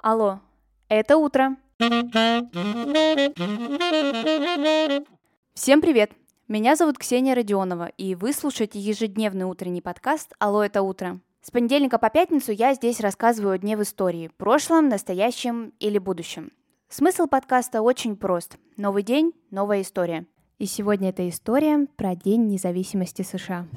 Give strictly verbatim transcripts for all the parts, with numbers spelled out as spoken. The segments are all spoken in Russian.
Алло, это утро. Всем привет! Меня зовут Ксения Родионова, и вы слушаете ежедневный утренний подкаст «Алло, это утро». С понедельника по пятницу я здесь рассказываю о дне в истории, прошлом, настоящем или будущем. Смысл подкаста очень прост. Новый день, новая история. И сегодня эта история про День независимости США.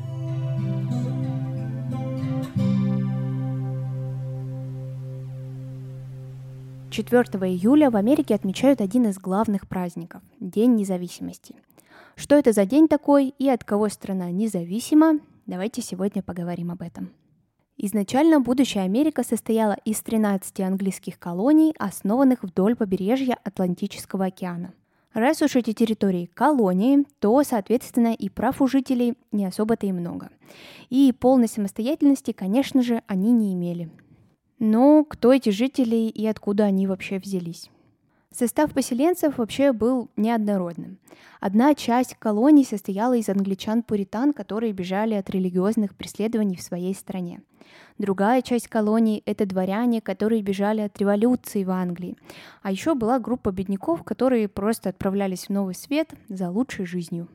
четвёртого июля в Америке отмечают один из главных праздников – День независимости. Что это за день такой и от кого страна независима? Давайте сегодня поговорим об этом. Изначально будущая Америка состояла из тринадцати английских колоний, основанных вдоль побережья Атлантического океана. Раз уж эти территории колонии, то, соответственно, и прав у жителей не особо-то и много. И полной самостоятельности, конечно же, они не имели. Но кто эти жители и откуда они вообще взялись? Состав поселенцев вообще был неоднородным. Одна часть колоний состояла из англичан-пуритан, которые бежали от религиозных преследований в своей стране. Другая часть колоний – это дворяне, которые бежали от революции в Англии. А еще была группа бедняков, которые просто отправлялись в Новый Свет за лучшей жизнью.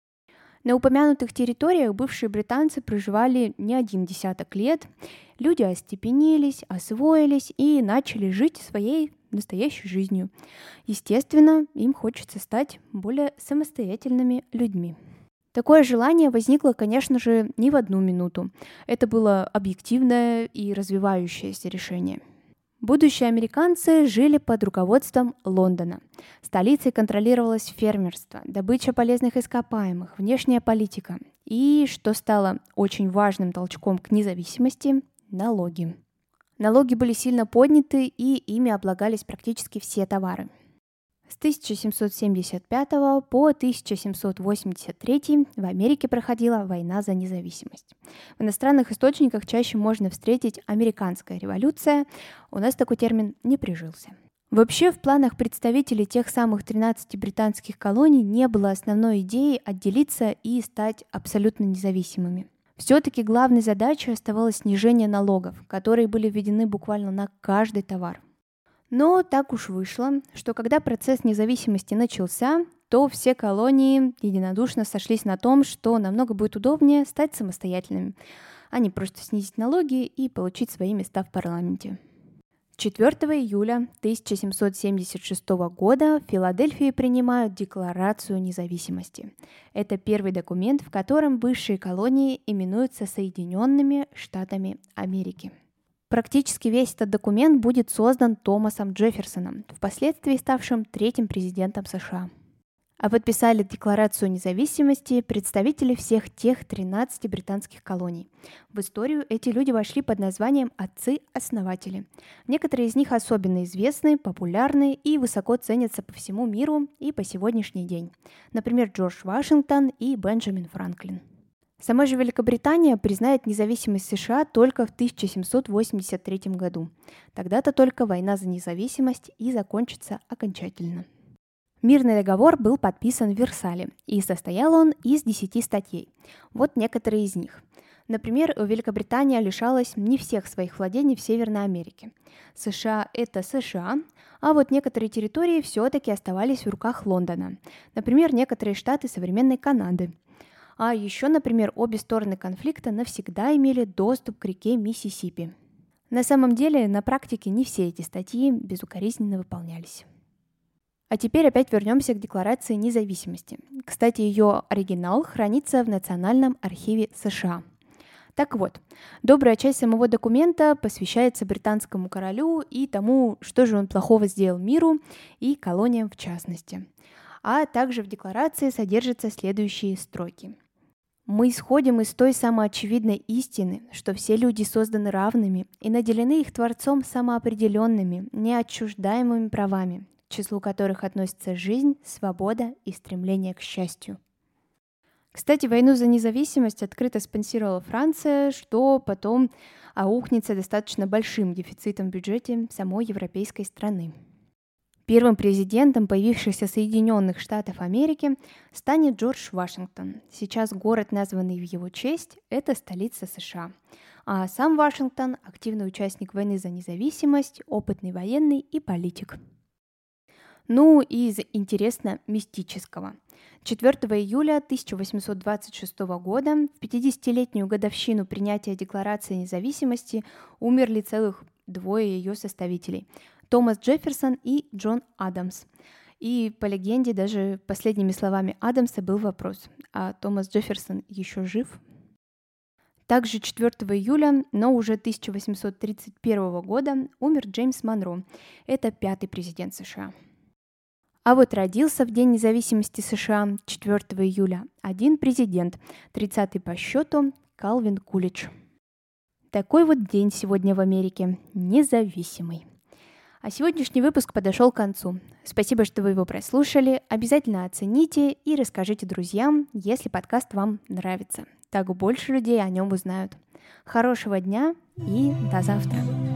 На упомянутых территориях бывшие британцы проживали не один десяток лет. Люди остепенились, освоились и начали жить своей настоящей жизнью. Естественно, им хочется стать более самостоятельными людьми. Такое желание возникло, конечно же, не в одну минуту. Это было объективное и развивающееся решение. Будущие американцы жили под руководством Лондона. Столицей контролировалось фермерство, добыча полезных ископаемых, внешняя политика и, что стало очень важным толчком к независимости, налоги. Налоги были сильно подняты, и ими облагались практически все товары. С тысяча семьсот семьдесят пятого по тысяча семьсот восемьдесят третий в Америке проходила война за независимость. В иностранных источниках чаще можно встретить «американская революция», у нас такой термин не прижился. Вообще, в планах представителей тех самых тринадцати британских колоний не было основной идеи отделиться и стать абсолютно независимыми. Все-таки главной задачей оставалось снижение налогов, которые были введены буквально на каждый товар. Но так уж вышло, что когда процесс независимости начался, то все колонии единодушно сошлись на том, что намного будет удобнее стать самостоятельными, а не просто снизить налоги и получить свои места в парламенте. четвёртого июля тысяча семьсот семьдесят шестого года в Филадельфии принимают Декларацию независимости. Это первый документ, в котором бывшие колонии именуются Соединенными Штатами Америки. Практически весь этот документ будет создан Томасом Джефферсоном, впоследствии ставшим третьим президентом США. А подписали Декларацию независимости представители всех тех тринадцати британских колоний. В историю эти люди вошли под названием «отцы-основатели». Некоторые из них особенно известны, популярны и высоко ценятся по всему миру и по сегодняшний день. Например, Джордж Вашингтон и Бенджамин Франклин. Сама же Великобритания признает независимость США только в тысяча семьсот восемьдесят третьем году. Тогда-то только война за независимость и закончится окончательно. Мирный договор был подписан в Версале, и состоял он из десяти статей. Вот некоторые из них. Например, Великобритания лишалась не всех своих владений в Северной Америке. США – это США, а вот некоторые территории все-таки оставались в руках Лондона. Например, некоторые штаты современной Канады. А еще, например, обе стороны конфликта навсегда имели доступ к реке Миссисипи. На самом деле, на практике не все эти статьи безукоризненно выполнялись. А теперь опять вернемся к Декларации независимости. Кстати, ее оригинал хранится в Национальном архиве США. Так вот, добрая часть самого документа посвящается британскому королю и тому, что же он плохого сделал миру и колониям в частности. А также в декларации содержатся следующие строки. Мы исходим из той самоочевидной истины, что все люди созданы равными и наделены их Творцом самоопределенными, неотчуждаемыми правами, к числу которых относятся жизнь, свобода и стремление к счастью. Кстати, войну за независимость открыто спонсировала Франция, что потом аукнется достаточно большим дефицитом в бюджете самой европейской страны. Первым президентом появившихся Соединенных Штатов Америки станет Джордж Вашингтон. Сейчас город, названный в его честь, это столица США. А сам Вашингтон – активный участник войны за независимость, опытный военный и политик. Ну и из интересно мистического. четвёртого июля тысяча восемьсот двадцать шестого года, в пятидесятилетнюю годовщину принятия Декларации независимости, умерли целых двое ее составителей – Томас Джефферсон и Джон Адамс. И по легенде даже последними словами Адамса был вопрос: а Томас Джефферсон еще жив? Также четвёртого июля, но уже тысяча восемьсот тридцать первого года, умер Джеймс Монро. Это пятый президент США. А вот родился в День независимости США четвёртого июля один президент, тридцатый по счету, Калвин Кулидж. Такой вот день сегодня в Америке, независимый. А сегодняшний выпуск подошел к концу. Спасибо, что вы его прослушали. Обязательно оцените и расскажите друзьям, если подкаст вам нравится. Так больше людей о нем узнают. Хорошего дня и до завтра.